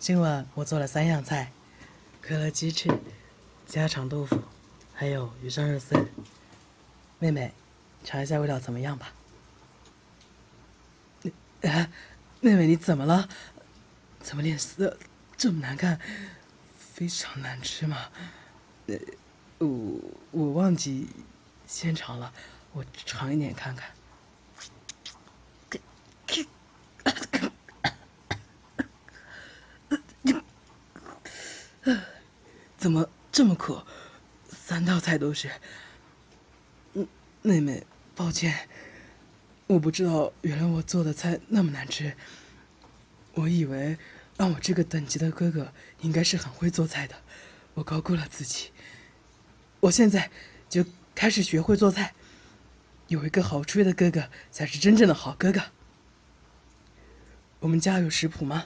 今晚我做了3样菜：可乐鸡翅、家常豆腐，还有鱼香肉丝。妹妹，尝一下味道怎么样吧？妹妹你怎么了？怎么脸色这么难看？非常难吃吗？我忘记先尝了，我尝一点看看。怎么这么苦？3道菜都是。妹妹，抱歉，我不知道原来我做的菜那么难吃。我以为让我这个等级的哥哥应该是很会做菜的，我高估了自己。我现在就开始学会做菜，有一个好吹的哥哥才是真正的好哥哥。我们家有食谱吗？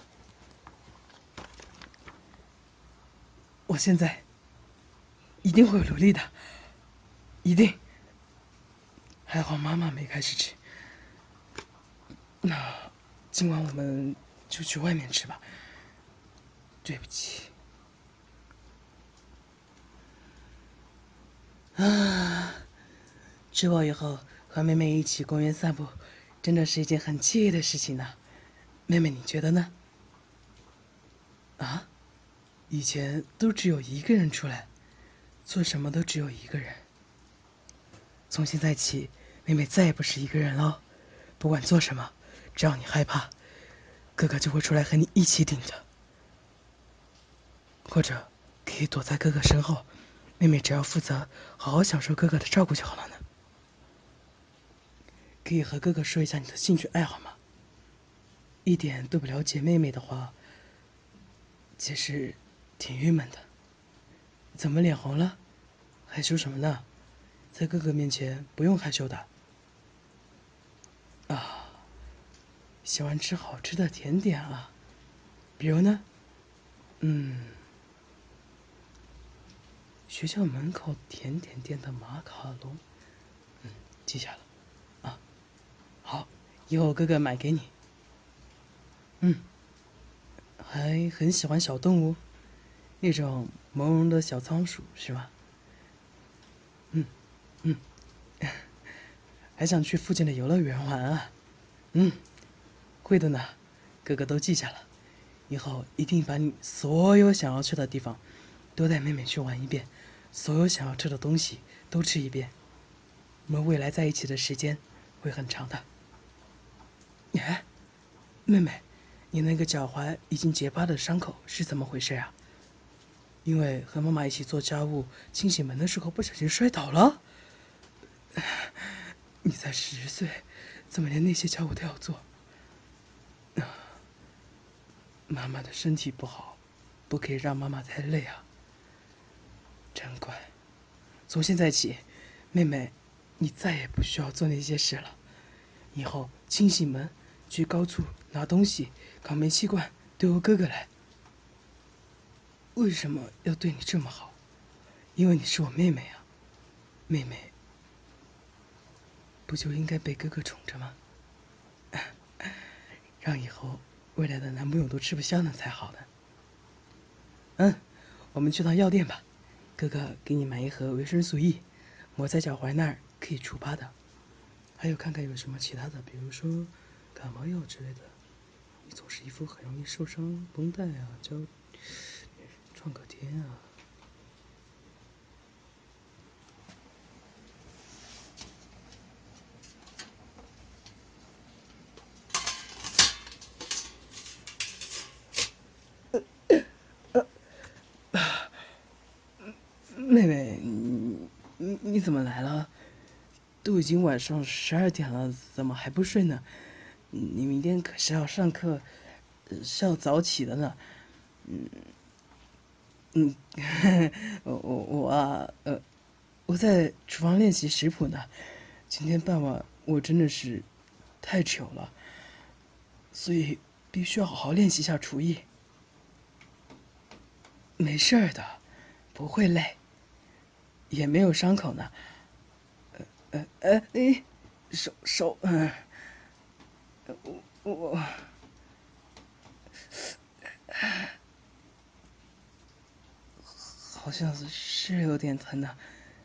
我现在一定会努力的，一定。还好妈妈没开始吃。那今晚我们就去外面吃吧。对不起。吃饱以后和妹妹一起公园散步，真的是一件很惬意的事情呢。妹妹，你觉得呢？啊？以前都只有一个人出来，做什么都只有一个人。从现在起，妹妹再也不是一个人了。不管做什么，只要你害怕，哥哥就会出来和你一起顶着。或者可以躲在哥哥身后，妹妹只要负责好好享受哥哥的照顾就好了呢。可以和哥哥说一下你的兴趣爱好吗？一点都不了解妹妹的话，其实挺郁闷的。怎么脸红了？害羞什么呢？在哥哥面前不用害羞的。啊，喜欢吃好吃的甜点啊，比如呢？学校门口甜点店的马卡龙，记下了。啊，好，以后哥哥买给你。还很喜欢小动物，那种毛茸的小仓鼠是吧？还想去附近的游乐园玩啊？会的呢，哥哥都记下了，以后一定把你所有想要去的地方都带妹妹去玩一遍，所有想要吃的东西都吃一遍。我们未来在一起的时间会很长的。哎，妹妹，你那个脚踝已经结疤的伤口是怎么回事啊？因为和妈妈一起做家务、清洗门的时候不小心摔倒了。你才10岁，怎么连那些家务都要做？妈妈的身体不好，不可以让妈妈太累啊。真乖。从现在起，妹妹，你再也不需要做那些事了。以后清洗门、去高处拿东西、搞煤气罐都由哥哥来。为什么要对你这么好？因为你是我妹妹啊。妹妹不就应该被哥哥宠着吗？让以后未来的男朋友都吃不消呢才好呢。我们去趟药店吧，哥哥给你买一盒维生素 E，抹在脚踝那儿可以除疤的。还有看看有什么其他的，比如说感冒药之类的。你总是一副很容易受伤，绷带啊、创可贴啊。妹妹，你怎么来了？都已经晚上12点了，怎么还不睡呢？你明天可是要上课，是要早起的呢。我在厨房练习食谱呢。今天傍晚我真的是太糗了，所以必须要好好练习一下厨艺。没事儿的，不会累，也没有伤口呢。手，我好像是有点疼的。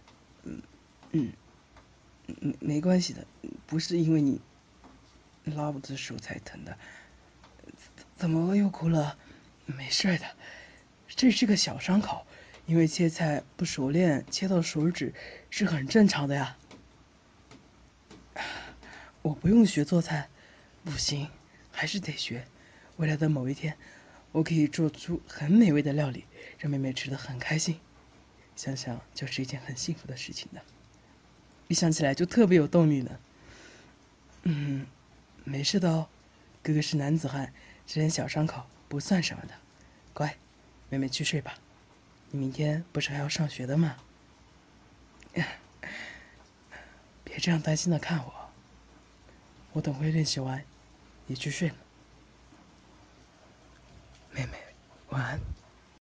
没关系的，不是因为你拉我的手才疼的。怎么又哭了？没事的，这是个小伤口，因为切菜不熟练，切到手指是很正常的呀。我不用学做菜，不行，还是得学。未来的某一天，我可以做出很美味的料理，让妹妹吃得很开心。想想就是一件很幸福的事情呢。一想起来就特别有动力呢。没事的哦，哥哥是男子汉，这点小伤口不算什么的。乖，妹妹去睡吧，你明天不是还要上学的吗？别这样担心的看我，我等会练习完也去睡了。妹妹，晚安。